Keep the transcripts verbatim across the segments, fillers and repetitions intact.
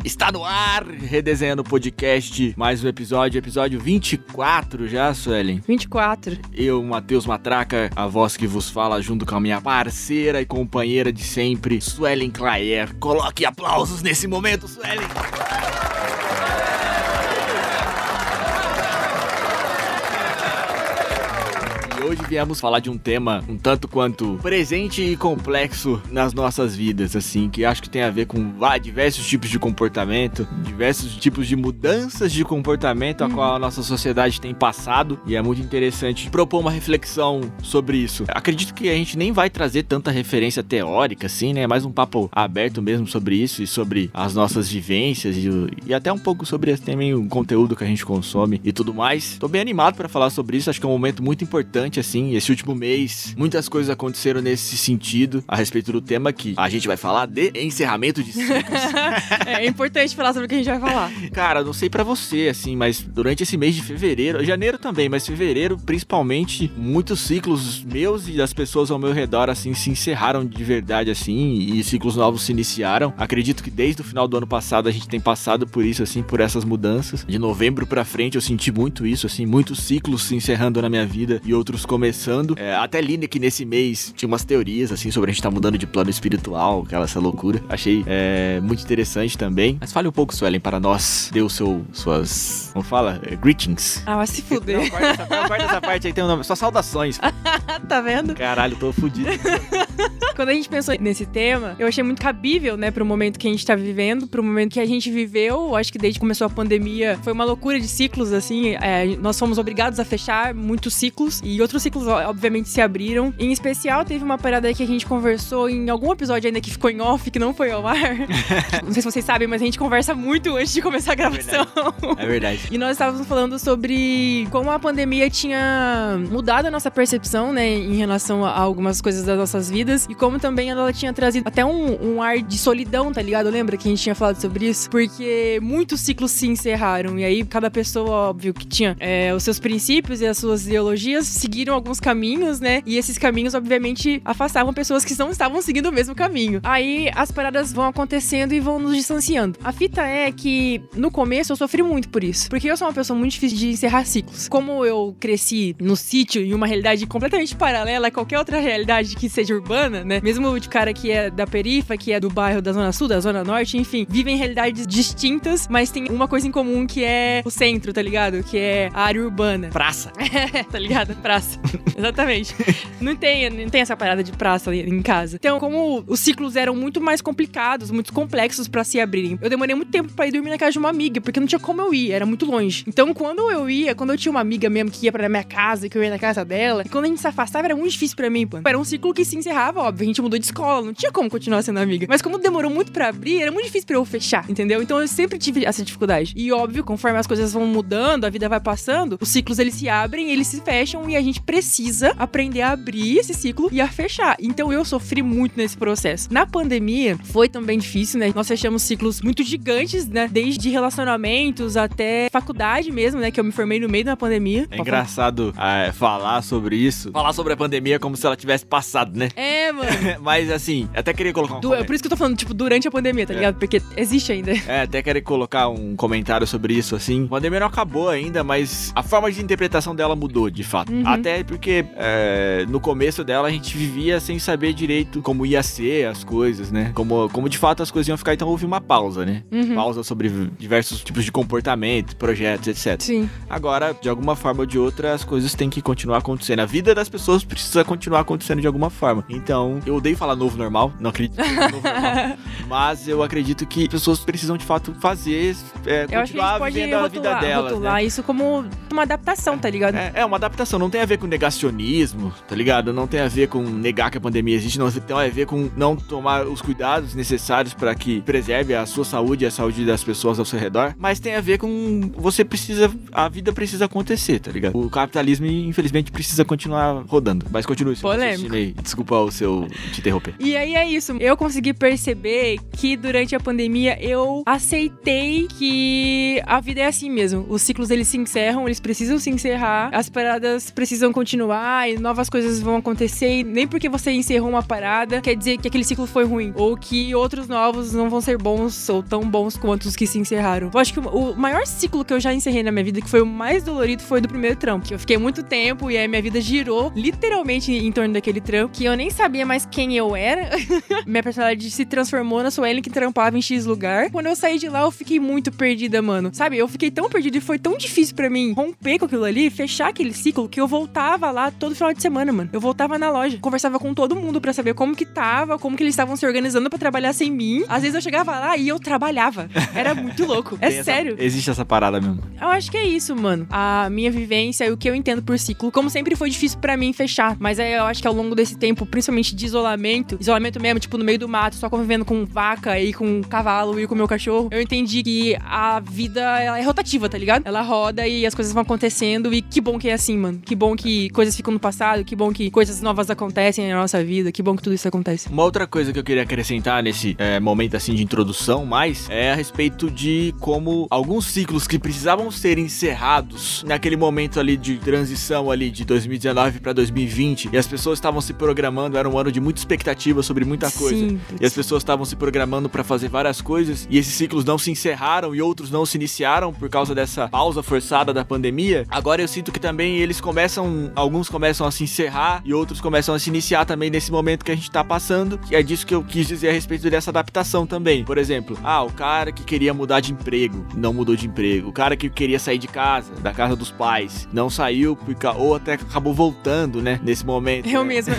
Está no ar, Redesenhando o Podcast, mais um episódio, episódio vinte e quatro já, Suelen? vinte e quatro. Eu, Matheus Matraca, a voz que vos fala junto com a minha parceira e companheira de sempre, Suelen Clayer. Coloque aplausos nesse momento, Suelen! Hoje viemos falar de um tema um tanto quanto presente e complexo nas nossas vidas, assim, que acho que tem a ver com ah, diversos tipos de comportamento, diversos tipos de mudanças de comportamento a qual a nossa sociedade tem passado, e é muito interessante propor uma reflexão sobre isso. Acredito que a gente nem vai trazer tanta referência teórica, assim, né, mais um papo aberto mesmo sobre isso e sobre as nossas vivências e, e até um pouco sobre também o conteúdo que a gente consome e tudo mais. Tô bem animado pra falar sobre isso, acho que é um momento muito importante, assim, esse último mês, muitas coisas aconteceram nesse sentido, a respeito do tema que a gente vai falar de encerramento de ciclos. É importante falar sobre o que a gente vai falar. Cara, não sei pra você, assim, mas durante esse mês de fevereiro, janeiro também, mas fevereiro, principalmente, muitos ciclos meus e das pessoas ao meu redor, assim, se encerraram de verdade, assim, e ciclos novos se iniciaram. Acredito que desde o final do ano passado a gente tem passado por isso, assim, por essas mudanças. De novembro pra frente eu senti muito isso, assim, muitos ciclos se encerrando na minha vida e outros começando. É, até li que nesse mês tinha umas teorias, assim, sobre a gente tá mudando de plano espiritual, aquela essa loucura. Achei é, muito interessante também. Mas fale um pouco, Suelen, para nós. Dê o seu, suas, como fala? É, greetings. Ah, vai se fuder. Não, guarda essa, guarda essa parte aí, tem um nome. Só saudações. Tá vendo? Caralho, tô fudido. Quando a gente pensou nesse tema, eu achei muito cabível, né, pro momento que a gente tá vivendo, pro momento que a gente viveu. Acho que desde que começou a pandemia, foi uma loucura de ciclos, assim. É, nós fomos obrigados a fechar muitos ciclos e outros ciclos, obviamente, se abriram. Em especial, teve uma parada que a gente conversou em algum episódio ainda que ficou em off, que não foi ao ar. Não sei se vocês sabem, mas a gente conversa muito antes de começar a gravação. É verdade. É verdade. E nós estávamos falando sobre como a pandemia tinha mudado a nossa percepção, né, em relação a algumas coisas das nossas vidas, e como também ela tinha trazido até um, um ar de solidão, tá ligado? Lembra que a gente tinha falado sobre isso? Porque muitos ciclos se encerraram, e aí cada pessoa, óbvio, que tinha é, os seus princípios e as suas ideologias, seguiram alguns caminhos, né? E esses caminhos, obviamente, afastavam pessoas que não estavam seguindo o mesmo caminho. Aí as paradas vão acontecendo e vão nos distanciando. A fita é que, no começo, eu sofri muito por isso. Porque eu sou uma pessoa muito difícil de encerrar ciclos. Como eu cresci no sítio, em uma realidade completamente paralela a qualquer outra realidade que seja urbana, né? Mesmo de cara que é da perifa, que é do bairro da Zona Sul, da Zona Norte, enfim, vivem realidades distintas, mas tem uma coisa em comum que é o centro, tá ligado? Que é a área urbana. Praça. É, tá ligado? Praça. Exatamente. Não tem, não tem essa parada de praça em casa. Então, como os ciclos eram muito mais complicados, muito complexos pra se abrirem, eu demorei muito tempo pra ir dormir na casa de uma amiga, porque não tinha como eu ir, era muito longe. Então, quando eu ia, quando eu tinha uma amiga mesmo que ia pra minha casa, que eu ia na casa dela, e quando a gente se afastava, era muito difícil pra mim, pô. Era um ciclo que se encerrava, óbvio, a gente mudou de escola, não tinha como continuar sendo amiga. Mas como demorou muito pra abrir, era muito difícil pra eu fechar, entendeu? Então, eu sempre tive essa dificuldade. E, óbvio, conforme as coisas vão mudando, a vida vai passando, os ciclos, eles se abrem, eles se fecham, e a gente precisa aprender a abrir esse ciclo e a fechar. Então eu sofri muito nesse processo. Na pandemia, foi também difícil, né? Nós fechamos ciclos muito gigantes, né? Desde relacionamentos até faculdade mesmo, né? Que eu me formei no meio da pandemia. É engraçado é, falar sobre isso. Falar sobre a pandemia como se ela tivesse passado, né? É, mano. Mas assim, até queria colocar um Du- Por isso que eu tô falando, tipo, durante a pandemia, tá é. ligado? Porque existe ainda. É, até queria colocar um comentário sobre isso, assim. A pandemia não acabou ainda, mas a forma de interpretação dela mudou, de fato. Uhum. Até porque é, no começo dela a gente vivia sem saber direito como ia ser as coisas, né? Como, como de fato as coisas iam ficar, então houve uma pausa, né? Uhum. Pausa sobre diversos tipos de comportamento, projetos, etcétera. Sim. Agora, de alguma forma ou de outra, as coisas têm que continuar acontecendo. A vida das pessoas precisa continuar acontecendo de alguma forma. Então, eu odeio falar novo normal, não acredito em novo normal. Mas eu acredito que pessoas precisam, de fato, fazer, é, Eu acho que a continuar gente pode vivendo a rotular, vida delas, rotular né? isso como uma adaptação, tá ligado? É, é uma adaptação, não tem a ver com negacionismo, tá ligado? Não tem a ver com negar que a pandemia existe, não tem a ver com não tomar os cuidados necessários para que preserve a sua saúde e a saúde das pessoas ao seu redor, mas tem a ver com você precisa, a vida precisa acontecer, tá ligado? O capitalismo, infelizmente, precisa continuar rodando, mas continue seu Polêmico. raciocínio aí. Desculpa o seu te interromper. E aí é isso. Eu consegui perceber que durante a pandemia eu aceitei que a vida é assim mesmo. Os ciclos, eles se encerram, eles precisam se encerrar, as paradas precisam continuar e novas coisas vão acontecer. E nem porque você encerrou uma parada quer dizer que aquele ciclo foi ruim. Ou que outros novos não vão ser bons ou tão bons quanto os que se encerraram. Eu acho que o maior ciclo que eu já encerrei na minha vida, que foi o mais dolorido, foi do primeiro trampo. Que eu fiquei muito tempo e aí minha vida girou literalmente em torno daquele trampo, que eu nem sabia mais quem eu era. Minha personalidade se transformou na Suelen que trampava em X lugar. Quando eu saí de lá, eu fiquei muito perdida, mano. Sabe, eu fiquei tão perdida e foi tão difícil pra mim romper com aquilo ali, fechar aquele ciclo, que eu voltava lá todo final de semana, mano. Eu voltava na loja, conversava com todo mundo pra saber como que tava, como que eles estavam se organizando pra trabalhar sem mim. Às vezes eu chegava lá e eu trabalhava. Era muito louco. É Tem sério. Essa, existe essa parada mesmo. Eu acho que é isso, mano. A minha vivência e o que eu entendo por ciclo, como sempre foi difícil pra mim fechar, mas aí eu acho que ao longo desse tempo, principalmente de isolamento, isolamento mesmo, tipo no meio do mato, só convivendo com vaca e com cavalo e com meu cachorro, eu entendi que a vida, ela é rotativa, tá ligado? Ela roda e as coisas vão acontecendo e que bom que é assim, mano. Que bom que coisas ficam no passado, que bom que coisas novas acontecem na nossa vida, que bom que tudo isso acontece. Uma outra coisa que eu queria acrescentar nesse é, momento assim de introdução mais é a respeito de como alguns ciclos que precisavam ser encerrados naquele momento ali de transição ali de dois mil e dezenove pra dois mil e vinte e as pessoas estavam se programando, era um ano de muita expectativa sobre muita coisa. Sim. E as pessoas estavam se programando pra fazer várias coisas e esses ciclos não se encerraram e outros não se iniciaram por causa dessa pausa forçada da pandemia. Agora eu sinto que também eles começam, alguns começam a se encerrar e outros começam a se iniciar também nesse momento que a gente tá passando, que é disso que eu quis dizer a respeito dessa adaptação também. Por exemplo, ah, o cara que queria mudar de emprego, não mudou de emprego. O cara que queria sair de casa, da casa dos pais, não saiu, ou até acabou voltando, né, nesse momento. Eu né? mesma.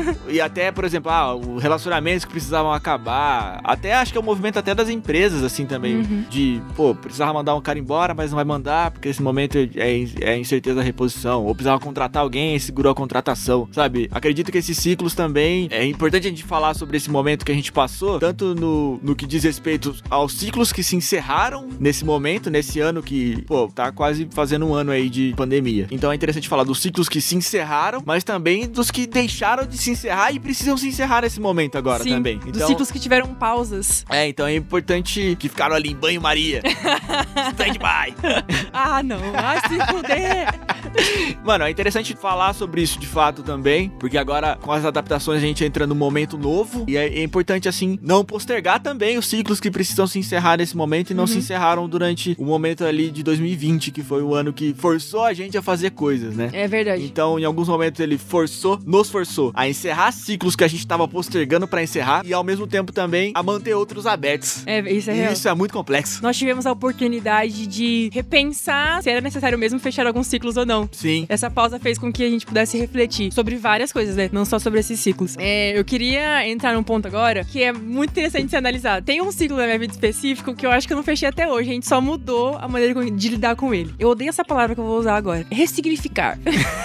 E até, por exemplo, ah, os relacionamentos que precisavam acabar, até acho que é o movimento até das empresas, assim, também, uhum. de, pô, precisava mandar um cara embora, mas não vai mandar, porque esse momento é, é incerteza da reposição, ou precisava contratar alguém e segurou a contratação, sabe? Acredito que esses ciclos também, é importante a gente falar sobre esse momento que a gente passou, tanto no, no que diz respeito aos ciclos que se encerraram nesse momento, nesse ano que, pô, tá quase fazendo um ano aí de pandemia. Então é interessante falar dos ciclos que se encerraram, mas também dos que deixaram de se encerrar e precisam se encerrar nesse momento agora. Sim, também. Dos então, ciclos que tiveram pausas. É, então é importante que ficaram ali em banho-maria. Stand-by. Ah, não. Ah, se fuder. Mano, é interessante falar sobre isso de fato também, porque agora com as adaptações a gente entra num momento novo e é, é importante, assim, não postergar também os ciclos que precisam se encerrar nesse momento e não uhum. se encerraram durante o momento ali de dois mil e vinte, que foi o ano que forçou a gente a fazer coisas, né? É verdade. Então, em alguns momentos ele forçou, nos forçou a encerrar ciclos que a gente tava postergando pra encerrar e ao mesmo tempo também a manter outros abertos. É, isso é e real. Isso é muito complexo. Nós tivemos a oportunidade de repensar se era necessário mesmo fechar alguns ciclos ou não. Sim. Essa pausa fez com que a gente pudesse refletir sobre várias coisas, né? Não só sobre esses ciclos. É, eu queria entrar num ponto agora que é muito interessante de ser analisado. Tem um ciclo da minha vida específico que eu acho que eu não fechei até hoje. A gente só mudou a maneira de lidar com ele. Eu odeio essa palavra que eu vou usar agora. Ressignificar.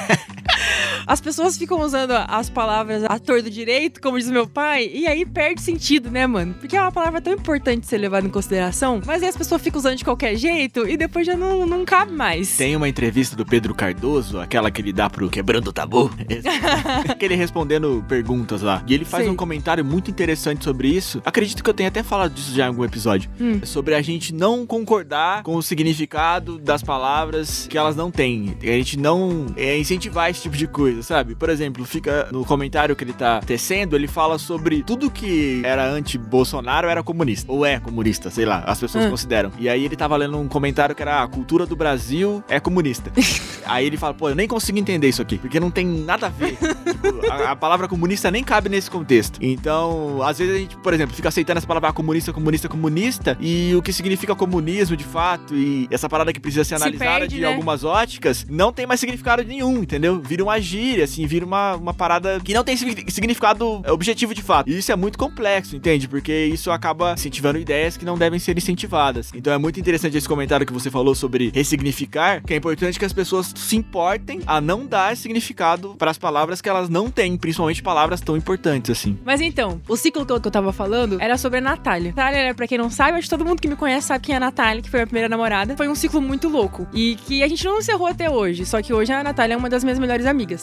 As pessoas ficam usando as palavras a torto direito, como diz meu pai, e aí perde sentido, né, mano? Porque é uma palavra tão importante de ser levada em consideração, mas aí as pessoas ficam usando de qualquer jeito e depois já não, não cabe mais. Tem uma entrevista do Pedro Cardoso, aquela que ele dá pro Quebrando o Tabu, que ele respondendo perguntas lá. E ele faz Sim. um comentário muito interessante sobre isso. Acredito que eu tenha até falado disso já em algum episódio. Hum. Sobre a gente não concordar com o significado das palavras que elas não têm. A gente não é, incentivar esse tipo de coisa, sabe? Por exemplo, fica no comentário que ele tá tecendo, ele fala sobre tudo que era anti-Bolsonaro era comunista. Ou é comunista, sei lá, as pessoas hum. consideram. E aí ele tava lendo um comentário que era ah, a cultura do Brasil é comunista. Aí ele fala, pô, eu nem consigo entender isso aqui, porque não tem nada a ver. Tipo, a, a palavra comunista nem cabe nesse contexto. Então, às vezes a gente, por exemplo, fica aceitando essa palavra comunista, comunista, comunista, e o que significa comunismo de fato, e essa parada que precisa ser analisada Se perde, de né? algumas óticas, não tem mais significado nenhum, entendeu? Vira uma gíria, assim, vira uma, uma parada que não tem significado objetivo de fato. E isso é muito complexo, entende? Porque isso acaba incentivando ideias que não devem ser incentivadas. Então é muito interessante esse comentário que você falou sobre ressignificar, que é importante que as pessoas se importem a não dar significado para as palavras que elas não têm, principalmente palavras tão importantes, assim. Mas então, o ciclo que eu, que eu tava falando era sobre a Natália. Natália, pra quem não sabe, acho que todo mundo que me conhece sabe quem é a Natália, que foi a primeira namorada. Foi um ciclo muito louco. E que a gente não encerrou até hoje. Só que hoje a Natália é uma das minhas melhores amigas, sabe?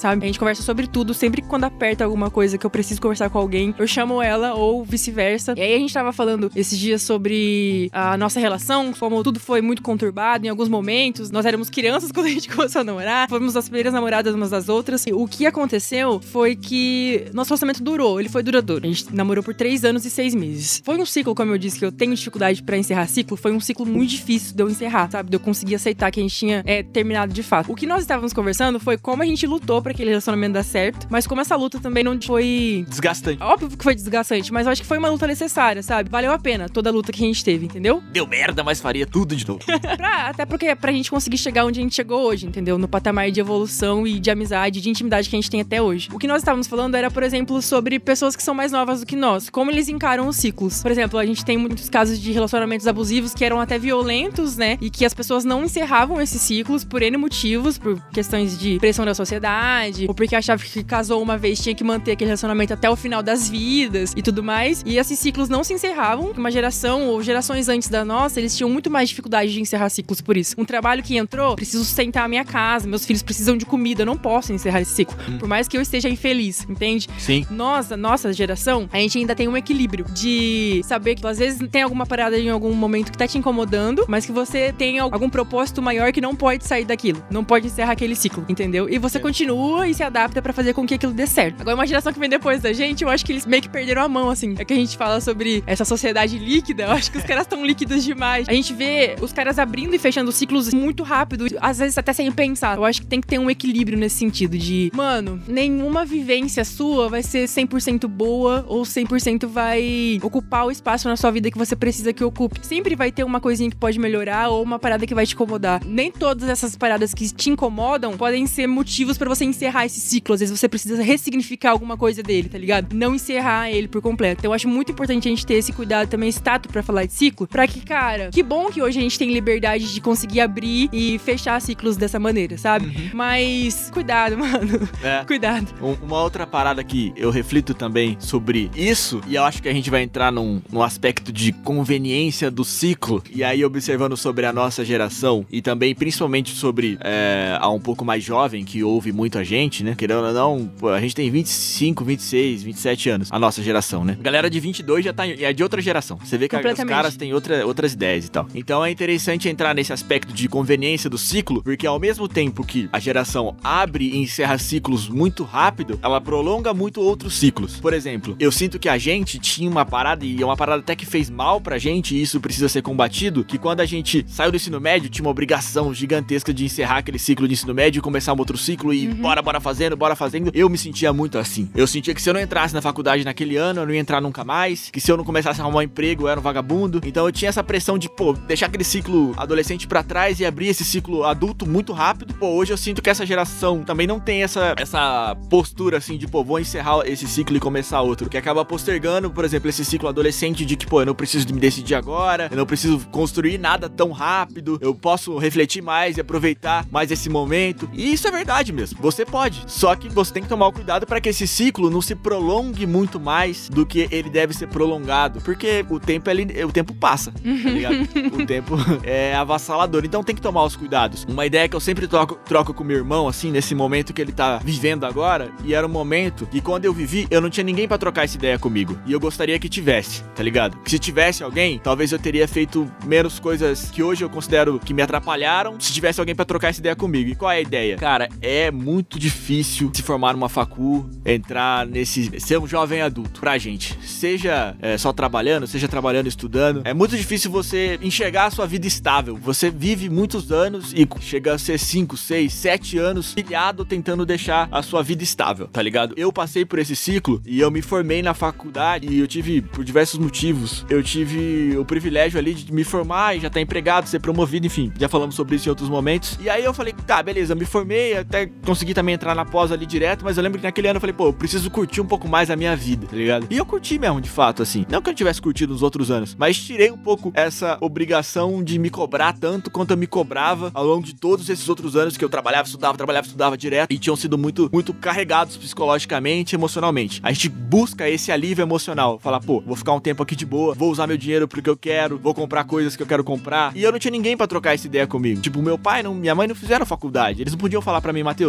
sabe? A gente conversa sobre tudo, sempre que quando aperta alguma coisa que eu preciso conversar com alguém, eu chamo ela ou vice-versa. E aí a gente tava falando esses dias sobre a nossa relação, como tudo foi muito conturbado em alguns momentos. Nós éramos crianças quando a gente começou a namorar, fomos as primeiras namoradas umas das outras. E o que aconteceu foi que nosso relacionamento durou, ele foi duradouro. A gente namorou por três anos e seis meses. Foi um ciclo, como eu disse, que eu tenho dificuldade pra encerrar ciclo, foi um ciclo muito difícil de eu encerrar, sabe? De eu conseguir aceitar que a gente tinha é, terminado de fato. O que nós estávamos conversando foi como a gente lutou pra aquele relacionamento dar certo, mas como essa luta também não foi... desgastante. Óbvio que foi desgastante, mas eu acho que foi uma luta necessária, sabe? Valeu a pena toda a luta que a gente teve, entendeu? Deu merda, mas faria tudo de novo. pra, até porque pra gente conseguir chegar onde a gente chegou hoje, entendeu? No patamar de evolução e de amizade, de intimidade que a gente tem até hoje. O que nós estávamos falando era, por exemplo, sobre pessoas que são mais novas do que nós, como eles encaram os ciclos. Por exemplo, a gente tem muitos casos de relacionamentos abusivos que eram até violentos, né? E que as pessoas não encerravam esses ciclos por N motivos, por questões de pressão da sociedade, ou porque achava que casou uma vez tinha que manter aquele relacionamento até o final das vidas e tudo mais. E esses ciclos não se encerravam. Uma geração ou gerações antes da nossa, eles tinham muito mais dificuldade de encerrar ciclos por isso. Um trabalho que entrou, preciso sustentar a minha casa, meus filhos precisam de comida, eu não posso encerrar esse ciclo. Hum. Por mais que eu esteja infeliz, entende? Sim. Nossa, nossa geração, a gente ainda tem um equilíbrio de saber que às vezes tem alguma parada em algum momento que tá te incomodando, mas que você tem algum propósito maior que não pode sair daquilo. Não pode encerrar aquele ciclo, entendeu? E você é. continua e se adapta pra fazer com que aquilo dê certo. Agora, uma geração que vem depois da gente, eu acho que eles meio que perderam a mão, assim. É que a gente fala sobre essa sociedade líquida, eu acho que os caras estão líquidos demais. A gente vê os caras abrindo e fechando ciclos muito rápido, às vezes até sem pensar. Eu acho que tem que ter um equilíbrio nesse sentido de, mano, nenhuma vivência sua vai ser cem por cento boa ou cem por cento vai ocupar o espaço na sua vida que você precisa que ocupe. Sempre vai ter uma coisinha que pode melhorar ou uma parada que vai te incomodar. Nem todas essas paradas que te incomodam podem ser motivos pra você encerrar esse ciclo. Às vezes você precisa ressignificar alguma coisa dele, tá ligado? Não encerrar ele por completo. Então eu acho muito importante a gente ter esse cuidado também, esse tato pra falar de ciclo, pra que, cara, que bom que hoje a gente tem liberdade de conseguir abrir e fechar ciclos dessa maneira, sabe? Uhum. Mas cuidado, mano. É. Cuidado. Um, uma outra parada que eu reflito também sobre isso, e eu acho que a gente vai entrar num, num aspecto de conveniência do ciclo, e aí observando sobre a nossa geração, e também principalmente sobre é, a um pouco mais jovem, que ouve muito a gente, né? Querendo ou não, pô, a gente tem vinte e cinco, vinte e seis, vinte e sete anos, a nossa geração, né? A galera de vinte e dois já tá, é de outra geração. Você vê que os caras têm outra, outras ideias e tal. Então é interessante entrar nesse aspecto de conveniência do ciclo, porque ao mesmo tempo que a geração abre e encerra ciclos muito rápido, ela prolonga muito outros ciclos. Por exemplo, eu sinto que a gente tinha uma parada, e é uma parada até que fez mal pra gente, e isso precisa ser combatido, que quando a gente saiu do ensino médio, tinha uma obrigação gigantesca de encerrar aquele ciclo de ensino médio e começar um outro ciclo e uhum. bora, bora fazendo, bora fazendo. Eu me sentia muito assim. Eu sentia que se eu não entrasse na faculdade naquele ano, eu não ia entrar nunca mais, que se eu não começasse a arrumar um emprego, eu era um vagabundo. Então eu tinha essa pressão de, pô, deixar aquele ciclo adolescente pra trás e abrir esse ciclo adulto muito rápido. Pô, hoje eu sinto que essa geração também não tem essa, essa postura assim de, pô, vou encerrar esse ciclo e começar outro, que acaba postergando, por exemplo, esse ciclo adolescente de que, pô, eu não preciso de me decidir agora, eu não preciso construir nada tão rápido, eu posso refletir mais e aproveitar mais esse momento. E isso é verdade mesmo, você pode, só que você tem que tomar o cuidado para que esse ciclo não se prolongue muito mais do que ele deve ser prolongado, porque o tempo, ele, o tempo passa, tá ligado? O tempo é avassalador, então tem que tomar os cuidados. Uma ideia que eu sempre troco, troco com meu irmão, assim, nesse momento que ele tá vivendo agora, e era um momento que quando eu vivi, eu não tinha ninguém pra trocar essa ideia comigo, e eu gostaria que tivesse, tá ligado? Que se tivesse alguém, talvez eu teria feito menos coisas que hoje eu considero que me atrapalharam, se tivesse alguém pra trocar essa ideia comigo. E qual é a ideia? Cara, é muito difícil se formar numa facu, entrar nesse... ser um jovem adulto pra gente. Seja é, só trabalhando, seja trabalhando e estudando. É muito difícil você enxergar a sua vida estável. Você vive muitos anos e chega a ser cinco, seis, sete anos pilhado tentando deixar a sua vida estável, tá ligado? Eu passei por esse ciclo e eu me formei na faculdade e eu tive, por diversos motivos, eu tive o privilégio ali de me formar e já estar empregado, ser promovido, enfim, já falamos sobre isso em outros momentos. E aí eu falei, tá, beleza, me formei, até consegui também entrar na pós ali direto, mas eu lembro que naquele ano eu falei, pô, eu preciso curtir um pouco mais a minha vida, tá ligado? E eu curti mesmo, de fato, assim. Não que eu tivesse curtido nos outros anos, mas tirei um pouco essa obrigação de me cobrar tanto quanto eu me cobrava ao longo de todos esses outros anos que eu trabalhava, estudava, trabalhava, estudava direto e tinham sido muito, muito carregados psicologicamente e emocionalmente. A gente busca esse alívio emocional, falar, pô, vou ficar um tempo aqui de boa, vou usar meu dinheiro pro que eu quero, vou comprar coisas que eu quero comprar. E eu não tinha ninguém pra trocar essa ideia comigo. Tipo, meu pai, não, minha mãe não fizeram faculdade. Eles não podiam falar pra mim, Matheus, esse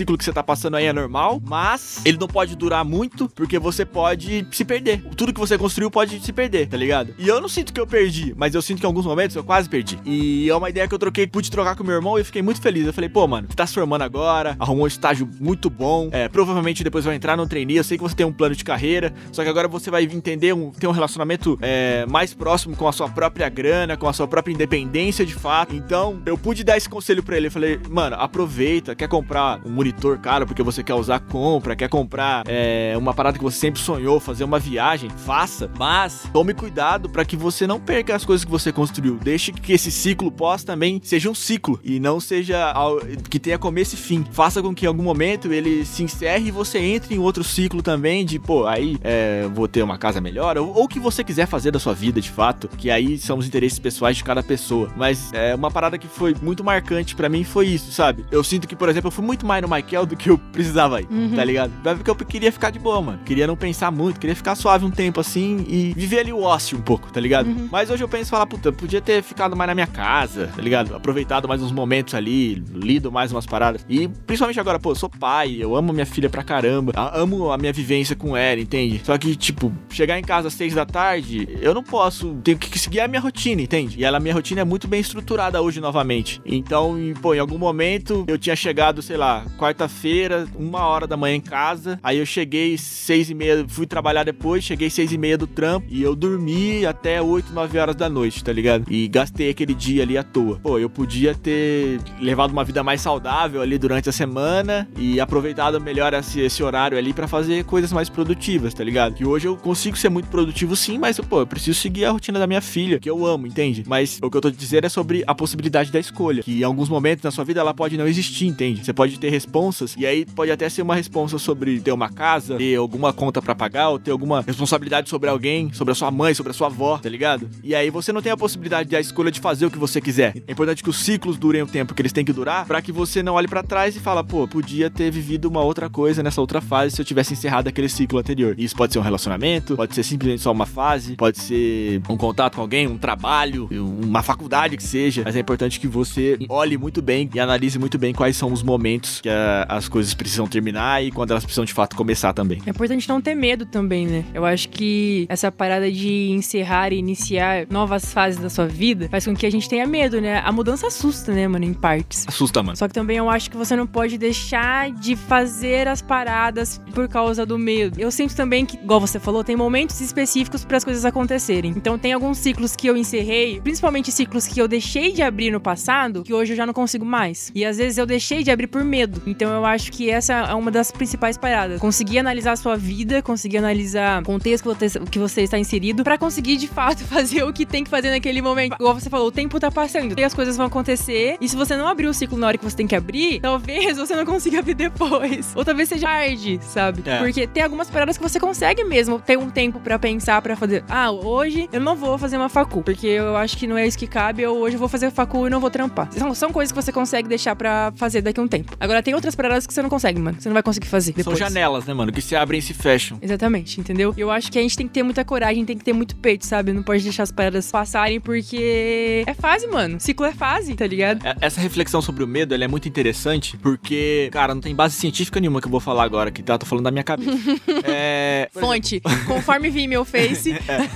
ciclo que você tá passando aí é normal, mas ele não pode durar muito, porque você pode se perder. Tudo que você construiu pode se perder, tá ligado? E eu não sinto que eu perdi, mas eu sinto que em alguns momentos eu quase perdi. E é uma ideia que eu troquei, pude trocar com meu irmão e eu fiquei muito feliz. Eu falei, pô, mano, você tá se formando agora, arrumou um estágio muito bom, é, provavelmente depois vai entrar no trainee, eu sei que você tem um plano de carreira, só que agora você vai entender, um, ter um relacionamento é, mais próximo com a sua própria grana, com a sua própria independência de fato. Então, eu pude dar esse conselho pra ele. Eu falei, mano, aproveita, quer comprar um monitor caro porque você quer usar, compra, quer comprar é, uma parada que você sempre sonhou, fazer uma viagem, faça, mas tome cuidado pra que você não perca as coisas que você construiu. Deixe que esse ciclo pós também seja um ciclo e não seja ao, que tenha começo e fim. Faça com que em algum momento ele se encerre e você entre em outro ciclo também de, pô, aí é, vou ter uma casa melhor, ou, ou o que você quiser fazer da sua vida de fato, que aí são os interesses pessoais de cada pessoa. Mas é uma parada que foi muito marcante pra mim foi isso, sabe? Eu sinto que, por exemplo, eu fui muito mais no Michael do que eu precisava ir, uhum. tá ligado? Porque eu queria ficar de boa, mano. Queria não pensar muito, queria ficar suave um tempo assim e viver ali o ócio um pouco, tá ligado? Uhum. Mas hoje eu penso e falar, puta, eu podia ter ficado mais na minha casa, tá ligado? Aproveitado mais uns momentos ali, lido mais umas paradas. E principalmente agora, pô, eu sou pai, eu amo minha filha pra caramba, amo a minha vivência com ela, entende? Só que, tipo, chegar em casa às seis da tarde, eu não posso, tenho que seguir a minha rotina, entende? E ela, a minha rotina é muito bem estruturada hoje novamente. Então, pô, em algum momento eu tinha chegado, sei lá, quarta-feira, uma hora da manhã em casa, aí eu cheguei seis e meia, fui trabalhar depois, cheguei seis e meia do trampo e eu dormi até oito, nove horas da noite, tá ligado? E gastei aquele dia ali à toa. Pô, eu podia ter levado uma vida mais saudável ali durante a semana e aproveitado melhor esse, esse horário ali pra fazer coisas mais produtivas, tá ligado? Que hoje eu consigo ser muito produtivo sim, mas, pô, eu preciso seguir a rotina da minha filha, que eu amo, entende? Mas o que eu tô dizendo é sobre a possibilidade da escolha, que em alguns momentos na sua vida ela pode não existir, entende? Você pode ter responsas, e aí pode até ser uma responsa sobre ter uma casa, ter alguma conta pra pagar, ou ter alguma responsabilidade sobre alguém, sobre a sua mãe, sobre a sua avó, tá ligado? E aí você não tem a possibilidade da escolha de fazer o que você quiser. É importante que os ciclos durem o tempo que eles têm que durar, pra que você não olhe pra trás e fala, pô, podia ter vivido uma outra coisa nessa outra fase se eu tivesse encerrado aquele ciclo anterior. Isso pode ser um relacionamento, pode ser simplesmente só uma fase, pode ser um contato com alguém, um trabalho, uma faculdade que seja, mas é importante que você olhe muito bem e analise muito bem quais são os momentos que a, as coisas precisam terminar e quando elas precisam de fato começar também. É importante não ter medo também, né? Eu acho que essa parada de encerrar e iniciar novas fases da sua vida faz com que a gente tenha medo, né? A mudança assusta, né, mano, em partes. Assusta, mano. Só que também eu acho que você não pode deixar de fazer as paradas por causa do medo. Eu sinto também que, igual você falou, tem momentos específicos para as coisas acontecerem. Então tem alguns ciclos que eu encerrei, principalmente ciclos que eu deixei de abrir no passado, que hoje eu já não consigo mais. E às vezes eu deixei de abrir por medo. Então eu acho que essa é uma das principais paradas. Conseguir analisar a sua vida, conseguir analisar o contexto que você, que você está inserido, pra conseguir de fato fazer o que tem que fazer naquele momento. Igual você falou, o tempo tá passando, e as coisas vão acontecer, e se você não abrir o ciclo na hora que você tem que abrir, talvez você não consiga abrir depois. Ou talvez seja tarde, sabe? É. Porque tem algumas paradas que você consegue mesmo ter um tempo pra pensar, pra fazer, ah, hoje eu não vou fazer uma facu, porque eu acho que não é isso que cabe, ou hoje eu vou fazer facu e não vou trampar. São, são coisas que você consegue deixar pra fazer daqui a um tempo. Agora tem outras paradas que você não consegue, mano. Você não vai conseguir fazer depois. São janelas, né, mano? Que se abrem e se fecham. Exatamente, entendeu? Eu acho que a gente tem que ter muita coragem, tem que ter muito peito, sabe? Não pode deixar as paradas passarem, porque é fase, mano. Ciclo é fase, tá ligado? Essa reflexão sobre o medo, ela é muito interessante, porque, cara, não tem base científica nenhuma que eu vou falar agora, que tá? Tô falando da minha cabeça. é... Fonte, conforme vi meu Face.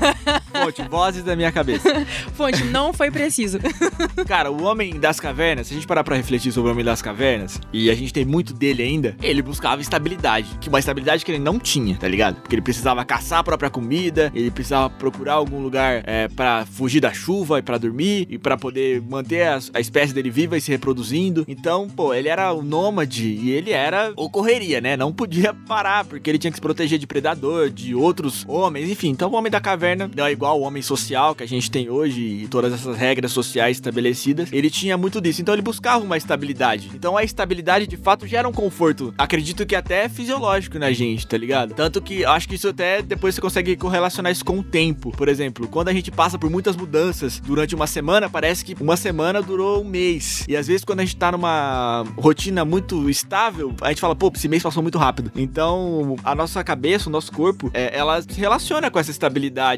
é. Fonte, vozes da minha cabeça. Fonte, não foi preciso. Cara, o Homem das Cavernas, se a gente parar pra refletir sobre o Homem das Cavernas, e a gente tem muito dele ainda, ele buscava estabilidade, que uma estabilidade que ele não tinha, tá ligado? Porque ele precisava caçar a própria comida, ele precisava procurar algum lugar é, pra fugir da chuva e pra dormir, e pra poder manter a, a espécie dele viva e se reproduzindo. Então, pô, ele era o nômade e ele era ou correria, né? Não podia parar, porque ele tinha que se proteger de predador, de outros homens, enfim. Então, o Homem da Caverna não é igual o homem social que a gente tem hoje e todas essas regras sociais estabelecidas. Ele tinha muito disso, então ele buscava uma estabilidade. Então, a estabilidade, de fato, gera um conforto. Acredito que até é fisiológico na gente, tá ligado? Tanto que acho que isso até depois você consegue correlacionar isso com o tempo. Por exemplo, quando a gente passa por muitas mudanças durante uma semana, parece que uma semana durou um mês. E às vezes quando a gente tá numa rotina muito estável, a gente fala, pô, esse mês passou muito rápido. Então, a nossa cabeça, o nosso corpo, é, ela se relaciona com essa estabilidade, assim, como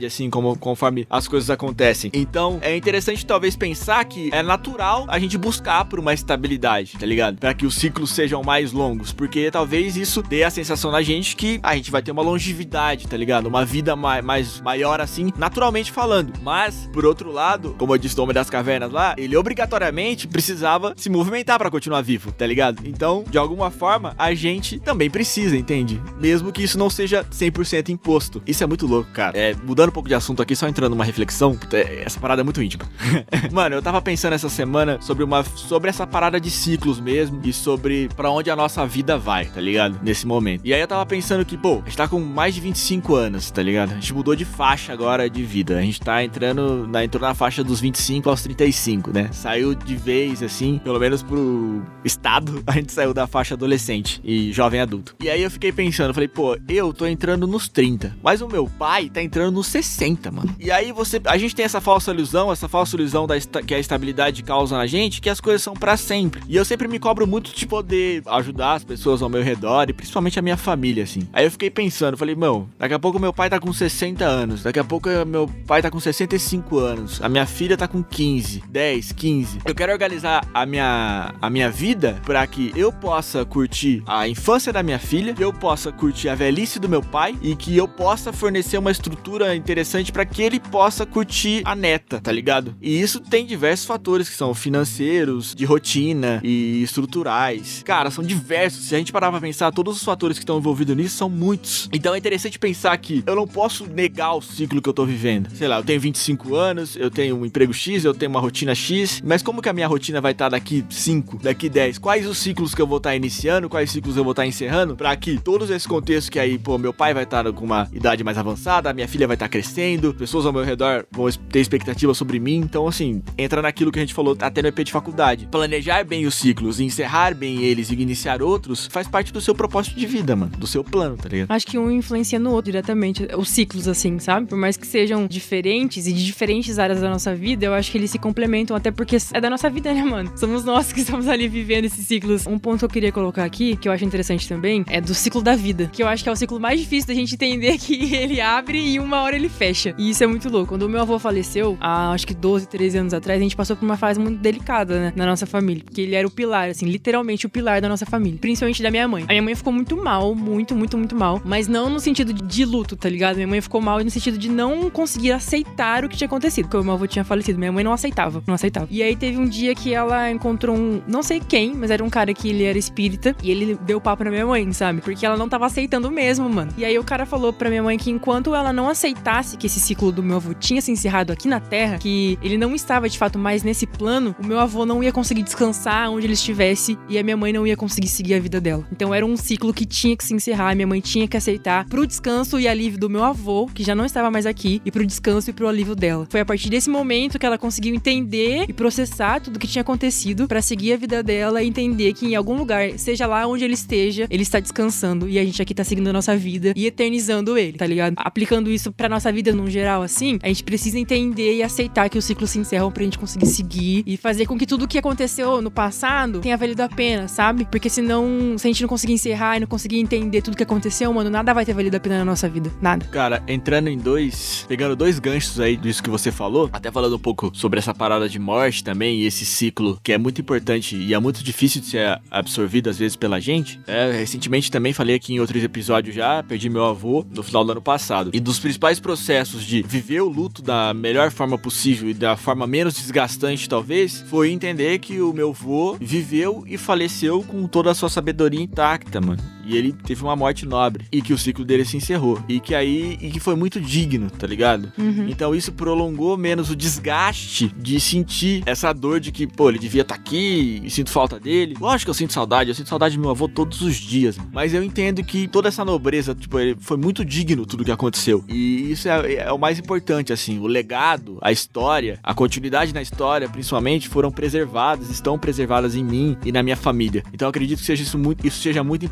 como, conforme as coisas acontecem. Então, é interessante talvez pensar que é natural a gente buscar por uma estabilidade, tá ligado? Pra que os ciclos sejam mais longos, porque talvez isso dê a sensação na gente que a gente vai ter uma longevidade, tá ligado? Uma vida mais, mais maior assim, naturalmente falando. Mas, por outro lado, como eu disse do Homem das Cavernas lá, ele obrigatoriamente precisava se movimentar pra continuar vivo, tá ligado? Então, de alguma forma, a gente também precisa, entende? Mesmo que isso não seja cem por cento imposto. Isso é muito louco, cara. É, mudando um pouco de assunto aqui, só entrando numa reflexão, essa parada é muito íntima. Mano, eu tava pensando essa semana sobre uma sobre essa parada de ciclos mesmo e sobre pra onde a nossa vida vai, tá ligado? Nesse momento. E aí eu tava pensando que, pô, a gente tá com mais de vinte e cinco anos, tá ligado? A gente mudou de faixa agora de vida. A gente tá entrando na, entrou na faixa dos vinte e cinco aos trinta e cinco, né? Saiu de vez, assim, pelo menos pro estado, a gente saiu da faixa adolescente e jovem adulto. E aí eu fiquei pensando, falei, pô, eu tô entrando nos trinta, mas o meu pai tá entrando nos sessenta, mano. E aí você, a gente tem essa falsa ilusão, essa falsa ilusão da esta, que a estabilidade causa na gente, que as coisas são pra sempre. E eu sempre me cobro muito de poder ajudar as pessoas ao meu redor e principalmente a minha família, assim. Aí eu fiquei pensando, falei, mano, daqui a pouco meu pai tá com sessenta anos, daqui a pouco meu pai tá com sessenta e cinco anos, a minha filha tá com quinze, dez, quinze. Eu quero organizar a minha, a minha vida pra que eu possa curtir a infância da minha filha, que eu possa curtir a velhice do meu pai e que eu possa fornecer uma estrutura interessante pra que ele possa curtir a neta, tá ligado? E isso tem diversos fatores que são financeiros, de rotina e estruturais. Cara, são diversos. Se a gente parar pra pensar, todos os fatores que estão envolvidos nisso são muitos. Então é interessante pensar que eu não posso negar o ciclo que eu tô vivendo. Sei lá, eu tenho vinte e cinco anos, eu tenho um emprego X, eu tenho uma rotina X, mas como que a minha rotina vai estar daqui cinco, daqui dez? Quais os ciclos que eu vou estar iniciando, quais ciclos eu vou estar encerrando, pra que todos esses contextos que aí, pô, meu pai vai estar com uma idade mais avançada, a minha filha vai estar crescendo, pessoas ao meu redor vão ter expectativas sobre mim. Então, assim, entra naquilo que a gente falou até no E P de faculdade. Planejar bem os ciclos, encerrar bem eles e iniciar outros, faz parte do seu propósito de vida, mano, do seu plano, tá ligado? Acho que um influencia no outro diretamente, os ciclos, assim, sabe? Por mais que sejam diferentes e de diferentes áreas da nossa vida, eu acho que eles se complementam, até porque é da nossa vida, né, mano? Somos nós que estamos ali vivendo esses ciclos. Um ponto que eu queria colocar aqui, que eu acho interessante também, é do ciclo da vida, que eu acho que é o ciclo mais difícil da gente entender, que ele abre e uma hora ele fecha. E isso é muito louco. Quando o meu avô faleceu, há acho que doze, treze anos atrás, a gente passou por uma fase muito delicada, né, na nossa família, porque ele era o pilar, assim, literalmente o pilar da nossa família, principalmente da minha mãe. A minha mãe ficou muito mal, muito, muito, muito mal, mas não no sentido de luto, tá ligado? Minha mãe ficou mal no sentido de não conseguir aceitar o que tinha acontecido, porque o meu avô tinha falecido, minha mãe não aceitava, não aceitava. E aí teve um dia que ela encontrou um, não sei quem, mas era um cara que ele era espírita, e ele deu papo na minha mãe, sabe? Porque ela não tava aceitando mesmo, mano. E aí o cara falou pra minha mãe que enquanto ela não aceitasse que esse ciclo do meu avô tinha se encerrado aqui na Terra, que ele não estava de fato mais nesse plano, o meu avô não ia conseguir descansar onde ele estivesse e a minha mãe não ia conseguir seguir a vida dela. Então era um ciclo que tinha que se encerrar, minha mãe tinha que aceitar pro descanso e alívio do meu avô, que já não estava mais aqui, e pro descanso e pro alívio dela. Foi a partir desse momento que ela conseguiu entender e processar tudo que tinha acontecido pra seguir a vida dela e entender que em algum lugar, seja lá onde ele esteja, ele está descansando e a gente aqui tá seguindo a nossa vida e eternizando ele, tá ligado? Aplicando isso pra nossa vida num geral, assim, a gente precisa entender e aceitar que os ciclos se encerram pra gente conseguir seguir e fazer com que tudo que aconteceu no passado tenha valido a pena, sabe? Porque senão, se a gente não conseguir encerrar e não conseguir entender tudo que aconteceu, mano, nada vai ter valido a pena na nossa vida. Nada. Cara, entrando em dois, pegando dois ganchos aí disso que você falou, até falando um pouco sobre essa parada de morte também e esse ciclo que é muito importante e é muito difícil de ser absorvido às vezes pela gente. É, recentemente também falei aqui em outros episódios já, perdi meu avô no final do ano passado. E dos principais processos de viver o luto da melhor forma possível e da forma menos desgastante talvez, foi entender que o meu avô viveu e faleceu com toda a sua sabedoria intacta, mano. E ele teve uma morte nobre. E que o ciclo dele se encerrou. E que aí... E que foi muito digno, tá ligado? Uhum. Então isso prolongou menos o desgaste de sentir essa dor de que, pô, ele devia estar tá aqui e sinto falta dele. Lógico que eu sinto saudade. Eu sinto saudade do meu avô todos os dias. Mas eu entendo que toda essa nobreza, tipo, ele foi muito digno tudo que aconteceu. E isso é, é o mais importante, assim. O legado, a história, a continuidade na história, principalmente, foram preservadas, estão preservadas em mim e na minha família. Então eu acredito que seja isso, muito, isso seja muito importante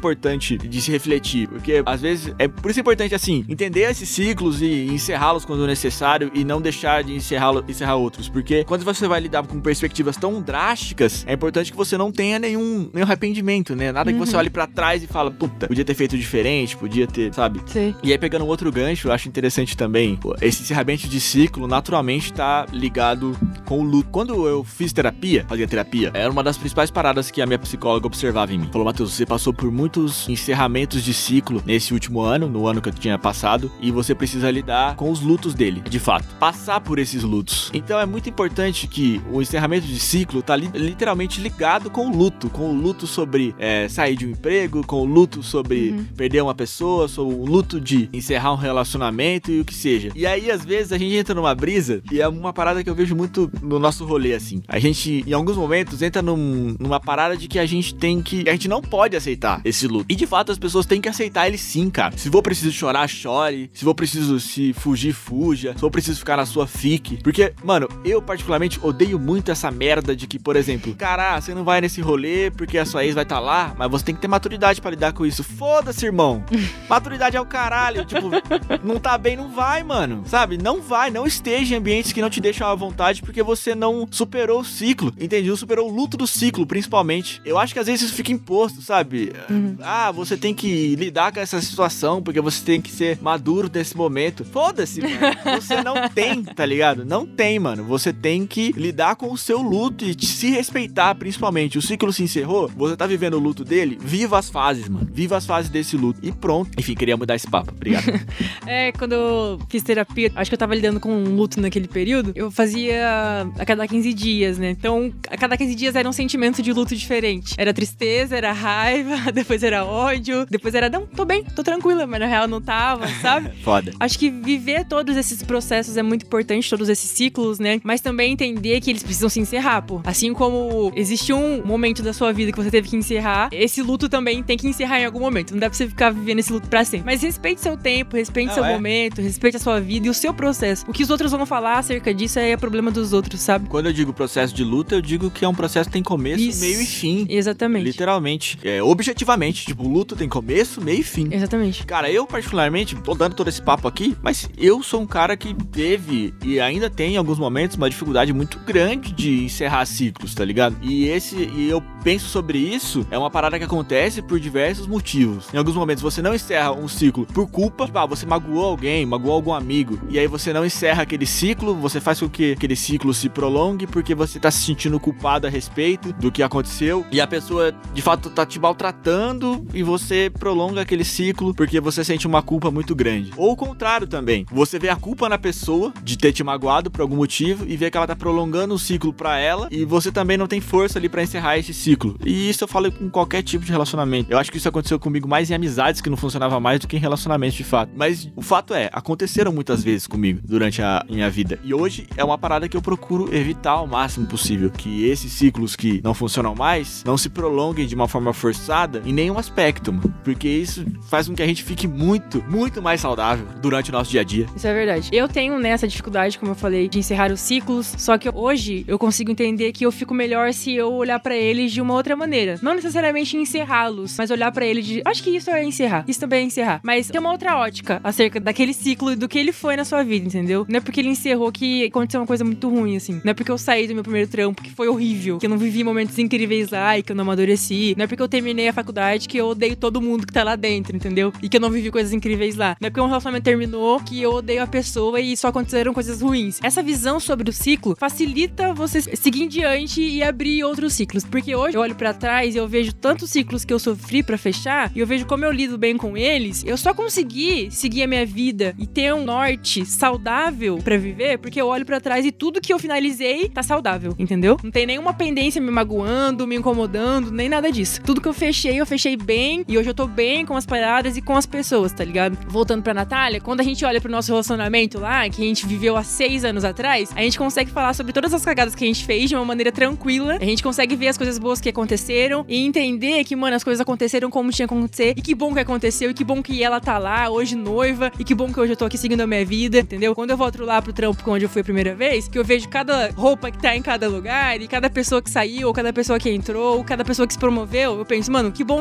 importante de se refletir, porque às vezes é por isso é importante, assim, entender esses ciclos e encerrá-los quando necessário e não deixar de encerrá-los, encerrar outros, porque quando você vai lidar com perspectivas tão drásticas, é importante que você não tenha nenhum, nenhum arrependimento, né? Nada que Uhum. você olhe pra trás e fala, puta, podia ter feito diferente, podia ter, sabe? Sei. E aí, pegando um outro gancho, eu acho interessante também, pô, esse encerramento de ciclo naturalmente tá ligado com o luto. Quando eu fiz terapia, fazia terapia, era uma das principais paradas que a minha psicóloga observava em mim. Falou, Matheus, você passou por muitos encerramentos de ciclo nesse último ano, no ano que eu tinha passado, e você precisa lidar com os lutos dele, de fato. Passar por esses lutos. Então é muito importante que o encerramento de ciclo tá li- literalmente ligado com o luto, com o luto sobre é, sair de um emprego, com o luto sobre Uhum. perder uma pessoa, sobre o luto de encerrar um relacionamento e o que seja. E aí, às vezes, a gente entra numa brisa, e é uma parada que eu vejo muito no nosso rolê, assim. A gente, em alguns momentos, entra num, numa parada de que a gente tem que... A gente não pode aceitar esse luto. E, de fato, as pessoas têm que aceitar ele sim, cara. Se for preciso chorar, chore. Se for preciso se fugir, fuja. Se for preciso ficar na sua, fique. Porque, mano, eu, particularmente, odeio muito essa merda de que, por exemplo, cara, você não vai nesse rolê porque a sua ex vai estar lá, mas você tem que ter maturidade pra lidar com isso. Foda-se, irmão. Maturidade é o caralho. Tipo, não tá bem, não vai, mano. Sabe? Não vai. Não esteja em ambientes que não te deixam à vontade porque você não superou o ciclo. Entendeu? Superou o luto do ciclo, principalmente. Eu acho que às vezes isso fica imposto, sabe? Uhum. Ah, você tem que lidar com essa situação porque você tem que ser maduro nesse momento. Foda-se, mano. Você não tem, tá ligado? Não tem, mano. Você tem que lidar com o seu luto e se respeitar, principalmente. O ciclo se encerrou, você tá vivendo o luto dele, viva as fases, mano. Viva as fases desse luto. E pronto. Enfim, queria mudar esse papo. Obrigado. É, quando eu fiz terapia, acho que eu tava lidando com um luto naquele período, eu fazia a cada quinze dias, né? Então, a cada quinze dias era um sentimento de luto diferente. Era tristeza, era raiva, depois era ódio, depois era, não, tô bem, tô tranquila, mas na real não tava, sabe? Foda. Acho que viver todos esses processos é muito importante, todos esses ciclos, né? Mas também entender que eles precisam se encerrar, pô. Assim como existe um momento da sua vida que você teve que encerrar, esse luto também tem que encerrar em algum momento. Não dá pra você ficar vivendo esse luto pra sempre. Mas respeite seu tempo, respeite Não, seu é. momento, respeite a sua vida e o seu processo. O que os outros vão falar acerca disso é problema dos outros, sabe? Quando eu digo processo de luta, eu digo que é um processo que tem começo, Isso. meio e fim. Exatamente. Literalmente. É, objetivamente. Tipo, o luto tem começo, meio e fim. Exatamente. Cara, eu particularmente, tô dando todo esse papo aqui, mas eu sou um cara que teve e ainda tem em alguns momentos uma dificuldade muito grande de encerrar ciclos, tá ligado? E esse, e eu penso sobre isso, é uma parada que acontece por diversos motivos. Em alguns momentos você não encerra um ciclo por culpa, tipo, ah, você magoou alguém, magoou algum amigo, e aí você não encerra aquele ciclo, você faz com que aquele ciclo se prolongue porque você tá se sentindo culpado a respeito do que aconteceu, e a pessoa de fato tá te maltratando e você prolonga aquele ciclo porque você sente uma culpa muito grande. Ou o contrário também, você vê a culpa na pessoa de ter te magoado por algum motivo e vê que ela tá prolongando o ciclo pra ela e você também não tem força ali pra encerrar esse ciclo. E isso eu falo com qualquer tipo de relacionamento. Eu acho que isso aconteceu comigo mais em amizades que não funcionava mais do que em relacionamentos de fato. Mas o fato é, aconteceram muitas vezes comigo durante a minha vida. E hoje é uma parada que eu procuro evitar ao máximo possível. Que esses ciclos que não funcionam mais não se prolonguem de uma forma forçada em nenhum aspecto, mano. Porque isso faz com que a gente fique muito, muito mais saudável durante o nosso dia a dia. Isso é verdade. Eu tenho, né, essa dificuldade, como eu falei, de encerrar os ciclos, só que hoje eu consigo entender que eu fico melhor se eu olhar pra eles de uma outra maneira. Não necessariamente encerrá-los, mas olhar pra eles de... Acho que isso é encerrar. Isso também é encerrar. Mas ter uma outra ótica acerca daquele ciclo e do que ele foi na sua vida, entendeu? Não é porque ele encerrou que aconteceu uma coisa muito ruim, assim. Não é porque eu saí do meu primeiro trampo que foi horrível, que eu não vivi momentos incríveis lá e que eu não amadureci. Não é porque eu terminei a faculdade que eu odeio todo mundo que tá lá dentro, entendeu? E que eu não vivi coisas incríveis lá. Não é porque um relacionamento terminou que eu odeio a pessoa e só aconteceram coisas ruins. Essa visão sobre o ciclo facilita você seguir em diante e abrir outros ciclos. Porque hoje eu olho pra trás e eu vejo tantos ciclos que eu sofri pra fechar e eu vejo como eu lido bem com eles. Eu só consegui seguir a minha vida e ter um norte saudável pra viver porque eu olho pra trás e tudo que eu finalizei tá saudável, entendeu? Não tem nenhuma pendência me magoando, me incomodando, nem nada disso. Tudo que eu fechei, eu fechei bem e hoje eu tô bem com as paradas e com as pessoas, tá ligado? Voltando pra Natália, quando a gente olha pro nosso relacionamento lá, que a gente viveu há seis anos atrás, a gente consegue falar sobre todas as cagadas que a gente fez de uma maneira tranquila, a gente consegue ver as coisas boas que aconteceram e entender que, mano, as coisas aconteceram como tinha que acontecer e que bom que aconteceu e que bom que ela tá lá, hoje noiva, e que bom que hoje eu tô aqui seguindo a minha vida, entendeu? Quando eu volto lá pro trampo onde eu fui a primeira vez, que eu vejo cada roupa que tá em cada lugar e cada pessoa que saiu, ou cada pessoa que entrou, ou cada pessoa que se promoveu, eu penso, mano, que bom que eu saí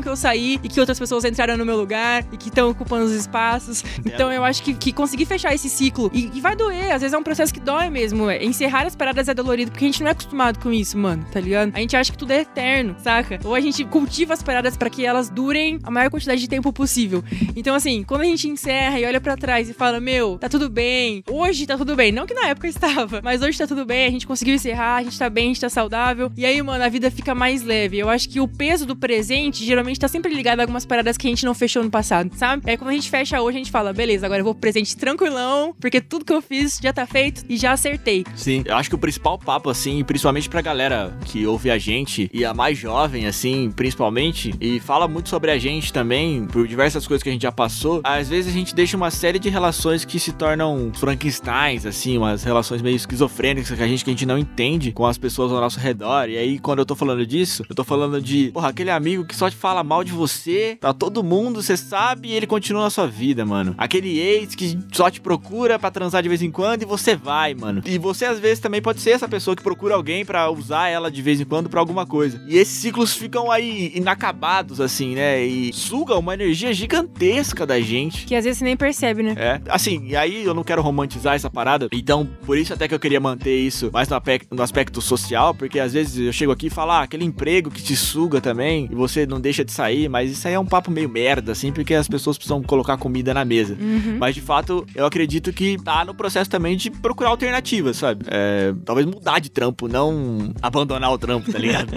saí e que outras pessoas entraram no meu lugar e que estão ocupando os espaços. Então eu acho que, que conseguir fechar esse ciclo, e, e vai doer, às vezes é um processo que dói mesmo. É. Encerrar as paradas é dolorido, porque a gente não é acostumado com isso, mano, tá ligado? A gente acha que tudo é eterno, saca? Ou a gente cultiva as paradas pra que elas durem a maior quantidade de tempo possível. Então, assim, quando a gente encerra e olha pra trás e fala, meu, tá tudo bem, hoje tá tudo bem, não que na época estava, mas hoje tá tudo bem, a gente conseguiu encerrar, a gente tá bem, a gente tá saudável, e aí, mano, a vida fica mais leve. Eu acho que o peso do presente geralmente tá sempre ligado a algumas paradas que a gente não fechou no passado, sabe? É quando a gente fecha hoje, a gente fala, beleza, agora eu vou pro presente tranquilão, porque tudo que eu fiz já tá feito e já acertei. Sim, eu acho que o principal papo, assim, principalmente pra galera que ouve a gente, e a mais jovem, assim, principalmente, e fala muito sobre a gente também, por diversas coisas que a gente já passou, às vezes a gente deixa uma série de relações que se tornam Frankensteins, assim, umas relações meio esquizofrênicas que a gente, que a gente não entende com as pessoas ao nosso redor. E aí, quando eu tô falando disso, eu tô falando de, porra, aquele amigo que só te fala mal de você, pra todo mundo, você sabe, e ele continua na sua vida, mano. Aquele ex que só te procura pra transar de vez em quando e você vai, mano. E você, às vezes, também pode ser essa pessoa que procura alguém pra usar ela de vez em quando pra alguma coisa. E esses ciclos ficam aí inacabados, assim, né? E sugam uma energia gigantesca da gente. Que às vezes você nem percebe, né? É, assim, e aí eu não quero romantizar essa parada, então por isso até que eu queria manter isso mais no aspecto, no aspecto social, porque às vezes eu chego aqui e falo, ah, aquele emprego que te suga também, e você não deixa de sair, mas isso aí é um papo meio merda, assim, porque as pessoas precisam colocar comida na mesa. Uhum. Mas de fato, eu acredito que tá no processo também de procurar alternativas, sabe? É, talvez mudar de trampo, não abandonar o trampo, tá ligado?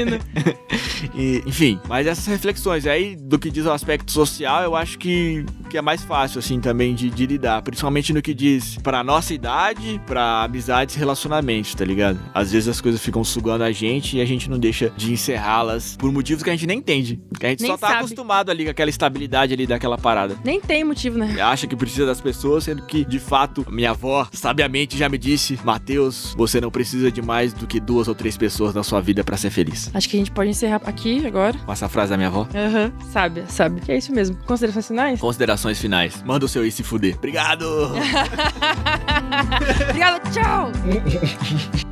E, enfim, mas essas reflexões aí do que diz o aspecto social, eu acho que, que é mais fácil, assim, também de, de lidar, principalmente no que diz pra nossa idade, pra amizades e relacionamentos, tá ligado? Às vezes as coisas ficam sugando a gente e a gente não deixa de encerrá-las por motivos que a gente nem entende, que a gente Nem só tá sabe. acostumado ali com aquela estabilidade ali daquela parada. Nem tem motivo, né? Acha que precisa das pessoas, sendo que, de fato, minha avó sabiamente já me disse, Matheus, você não precisa de mais do que duas ou três pessoas na sua vida pra ser feliz. Acho que a gente pode encerrar aqui agora. Com essa frase da minha avó. Aham, uhum. Sabe, sabe. Que é isso mesmo. Considerações finais? Considerações finais. Manda o seu ir se fuder. Obrigado! Obrigada, tchau!